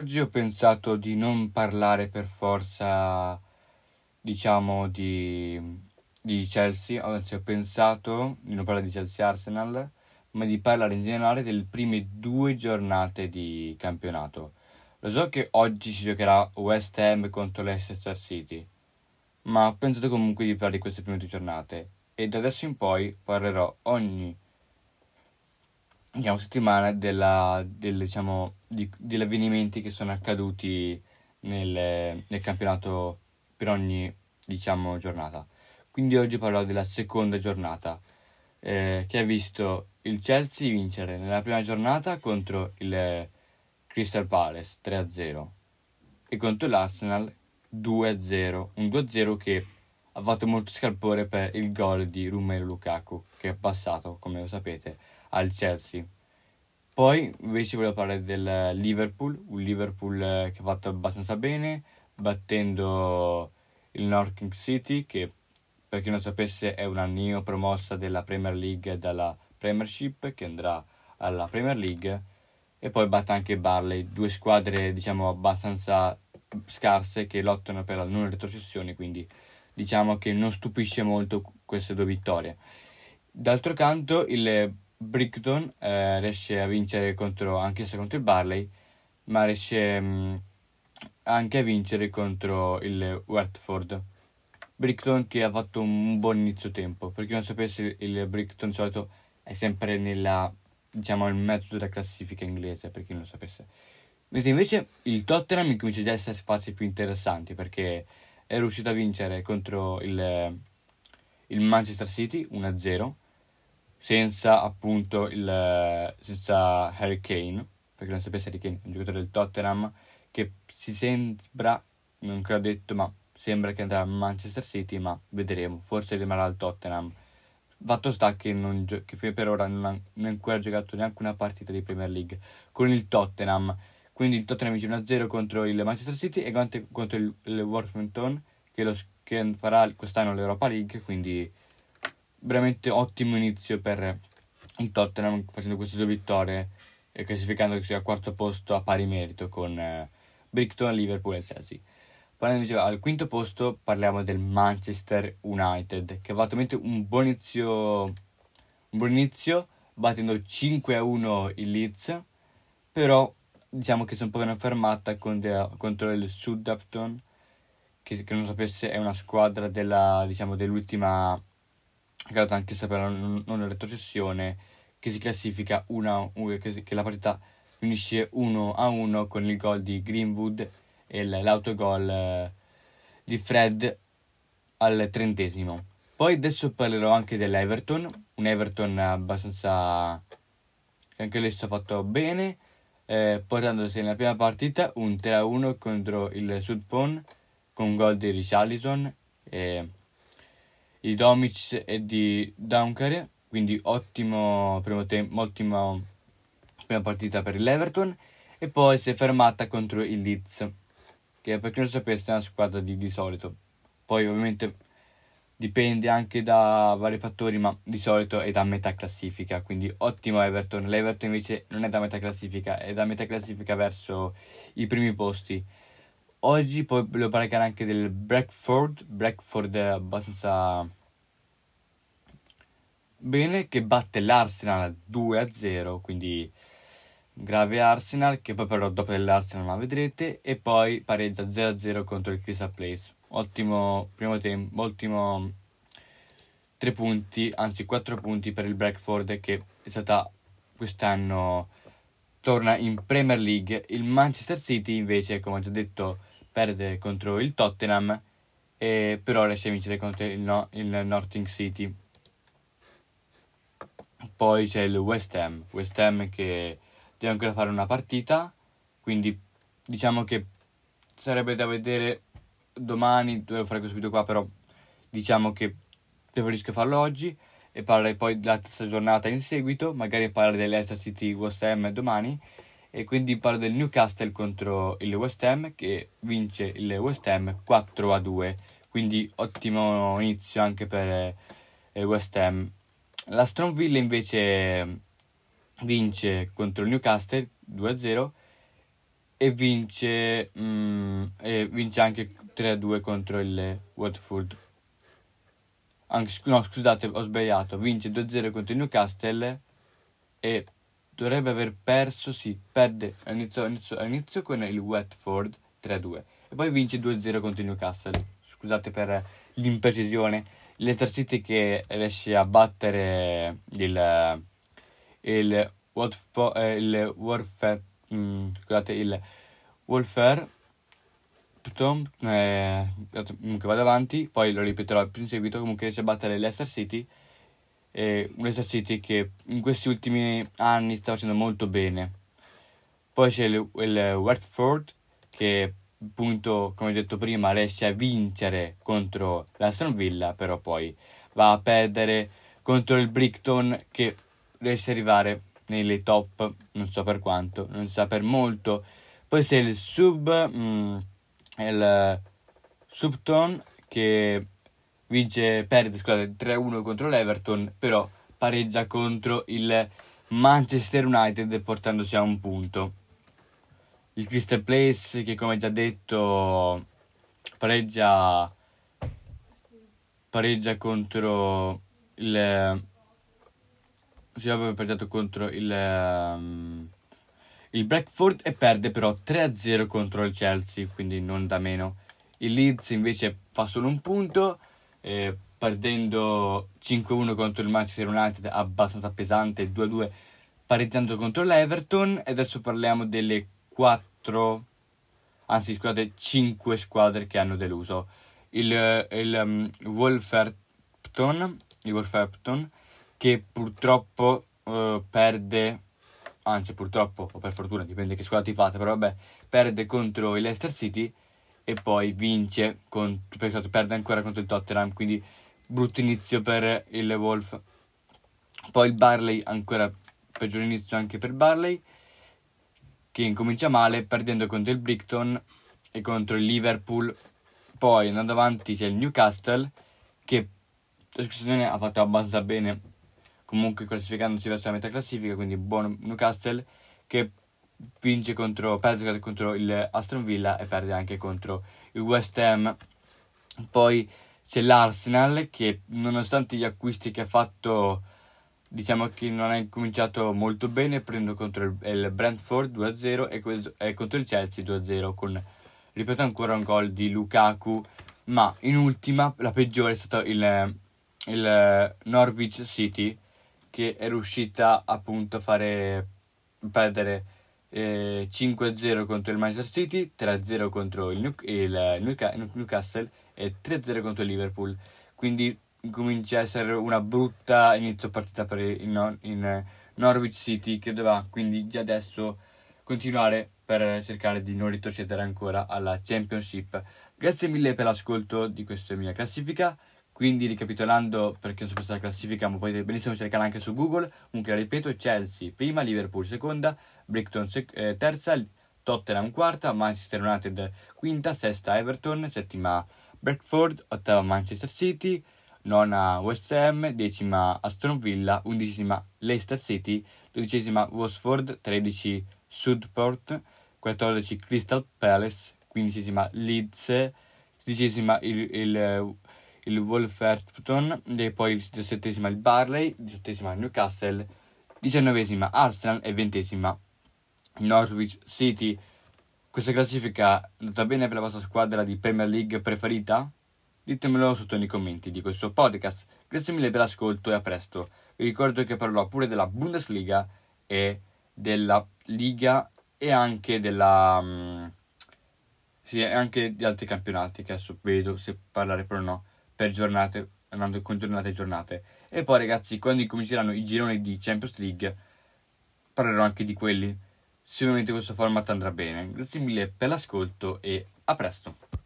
Oggi ho pensato di non parlare per forza, diciamo, di Chelsea, anzi ho pensato di non parlare di Chelsea-Arsenal, ma di parlare in generale delle prime 2 giornate di campionato. Lo so che oggi si giocherà West Ham contro Leicester City, ma ho pensato comunque di parlare di queste prime 2 giornate e da adesso in poi parlerò ogni settimana degli avvenimenti che sono accaduti nel campionato per ogni, giornata. Quindi oggi parlerò della seconda giornata, che ha visto il Chelsea vincere nella prima giornata contro il Crystal Palace 3-0 e contro l'Arsenal 2-0, un 2-0 che ha fatto molto scalpore per il gol di Romelu Lukaku, che è passato, come lo sapete, al Chelsea. Poi invece volevo parlare del Liverpool, un Liverpool che ha fatto abbastanza bene, battendo il Norwich City, che per chi non sapesse è una neopromossa della Premier League dalla Premiership, che andrà alla Premier League, e poi batte anche Barley, due squadre diciamo abbastanza scarse che lottano per la non retrocessione, quindi diciamo che non stupisce molto queste 2 vittorie. D'altro canto il Brighton riesce a vincere anche se contro il Barley, ma riesce anche a vincere contro il Watford. Brighton che ha fatto un buon inizio tempo. Per chi non sapesse, il Brighton di solito è sempre nel mezzo della classifica inglese, per chi non lo sapesse. Mentre invece il Tottenham incomincia già a essere spazi più interessanti, perché è riuscito a vincere contro il Manchester City 1-0, senza appunto senza Harry Kane, perché non sapesse, Harry Kane è un giocatore del Tottenham che si sembra, non credo detto, ma sembra che andrà a Manchester City, ma vedremo, forse rimarrà al Tottenham. Fatto sta che, che per ora non ha ancora giocato neanche una partita di Premier League con il Tottenham, quindi il Tottenham vince 1-0 contro il Manchester City e contro il Wolverhampton che farà quest'anno l'Europa League, quindi veramente ottimo inizio per il Tottenham facendo queste 2 vittorie e classificandosi al quarto posto a pari merito con Brighton, Liverpool e Chelsea. Poi invece al quinto posto parliamo del Manchester United che ha fatto veramente un buon inizio battendo 5-1 il Leeds, però diciamo che si è un po' fermata contro il Southampton che non sapesse è una squadra dell'ultima caduta anche se per la non retrocessione, che si classifica che la partita finisce 1-1 con il gol di Greenwood e l'autogol di Fred al 30°. Poi adesso parlerò anche dell'Everton, un Everton abbastanza che anche lei sta fatto bene, portandosi nella prima partita un 3-1 contro il Sudpon con un gol di Richarlison di Domic e di Dunkare, quindi ottima prima partita per l'Everton, e poi si è fermata contro il Leeds, che per chi non lo sapesse è una squadra di solito. Poi ovviamente dipende anche da vari fattori, ma di solito è da metà classifica, quindi ottimo Everton. L'Everton invece non è da metà classifica, è da metà classifica verso i primi posti. Oggi poi volevo parlare anche del Bradford è abbastanza bene, che batte l'Arsenal 2-0, quindi grave Arsenal, che poi però dopo dell'Arsenal ma vedrete, e poi pareggia 0-0 contro il Crystal Palace. Ottimo primo tempo, ottimo 3 punti, anzi 4 punti per il Bradford che è stata quest'anno torna in Premier League. Il Manchester City invece, come ho già detto, perde contro il Tottenham e però riesce a vincere contro il Norwich City. Poi c'è il West Ham che deve ancora fare una partita, quindi diciamo che sarebbe da vedere domani, dovevo fare questo video qua, però diciamo che preferisco farlo oggi e parlare poi della terza giornata in seguito, magari parlare dell'Leicester City West Ham domani, e quindi parlo del Newcastle contro il West Ham che vince il West Ham 4-2, quindi ottimo inizio anche per il West Ham. L'Aston Villa invece vince contro il Newcastle 2-0 e vince anche 3-2 contro il Watford. No, scusate, ho sbagliato. Vince 2-0 contro il Newcastle e dovrebbe aver perso, sì, perde all'inizio con il Watford 3-2 e poi vince 2-0 contro il Newcastle. Scusate per l'imprecisione. Leicester City che riesce a battere il Wolverhampton, comunque vado avanti, poi lo ripeterò più in seguito. Comunque riesce a battere Leicester City, un Leicester City che in questi ultimi anni sta facendo molto bene. Poi c'è il Watford che appunto, come detto prima, riesce a vincere contro l'Aston Villa, però poi va a perdere contro il Brighton che riesce ad arrivare nelle top, non so per quanto, non sa per molto. Poi c'è il Subton che perde 3-1 contro l'Everton, però pareggia contro il Manchester United portandosi a un punto. Il Crystal Palace che, come già detto, pareggia contro il Brentford e perde però 3-0 contro il Chelsea, quindi non da meno. Il Leeds invece fa solo un punto, perdendo 5-1 contro il Manchester United abbastanza pesante, 2-2 pareggiando contro l'Everton. E adesso parliamo delle 5 squadre che hanno deluso. Il Wolverhampton che purtroppo perde, anzi purtroppo o per fortuna, dipende che squadra ti fate, però vabbè, perde contro il Leicester City e poi vince perché perde ancora contro il Tottenham, quindi brutto inizio per il Wolf. Poi il Barley, ancora peggior inizio anche per Barley, che incomincia male perdendo contro il Brighton e contro il Liverpool. Poi andando avanti c'è il Newcastle che la scorsa ha fatto abbastanza bene, comunque classificandosi verso la metà classifica, quindi buono Newcastle, che perde contro il Aston Villa e perde anche contro il West Ham. Poi c'è l'Arsenal che, nonostante gli acquisti che ha fatto, diciamo che non ha cominciato molto bene, prendo contro il Brentford 2-0 e contro il Chelsea 2-0 con, ripeto ancora, un gol di Lukaku. Ma in ultima, la peggiore è stato il Norwich City, che è riuscita appunto a fare perdere 5-0 contro il Manchester City, 3-0 contro il Newcastle e 3-0 contro il Liverpool. Quindi comincia a essere una brutta inizio partita per in Norwich City, che dovrà quindi già adesso continuare per cercare di non retrocedere ancora alla Championship. Grazie mille per l'ascolto di questa mia classifica. Quindi, ricapitolando, perché non so la classifica, ma potete benissimo cercarla anche su Google. Comunque la ripeto: Chelsea prima, Liverpool seconda, Brighton terza, Tottenham quarta, Manchester United quinta, sesta Everton, settima Brentford, ottava Manchester City, nona West Ham, decima Aston Villa, undicesima Leicester City, dodicesima Watford, 13 Southport, 14 Crystal Palace, quindicesima Leeds, sedicesima il Wolverhampton, e poi 17esima il Barley, 18esima il Newcastle, 19esima Arsenal e 20esima Norwich City. Questa classifica è andata bene per la vostra squadra di Premier League preferita? Ditemelo sotto nei commenti di questo podcast. Grazie mille per l'ascolto e a presto. Vi ricordo che parlerò pure della Bundesliga e della Liga e anche anche di altri campionati, che adesso vedo se parlare però no, per giornate, andando con giornate e giornate. E poi ragazzi, quando incominceranno i gironi di Champions League parlerò anche di quelli. Sicuramente questo format andrà bene. Grazie mille per l'ascolto e a presto.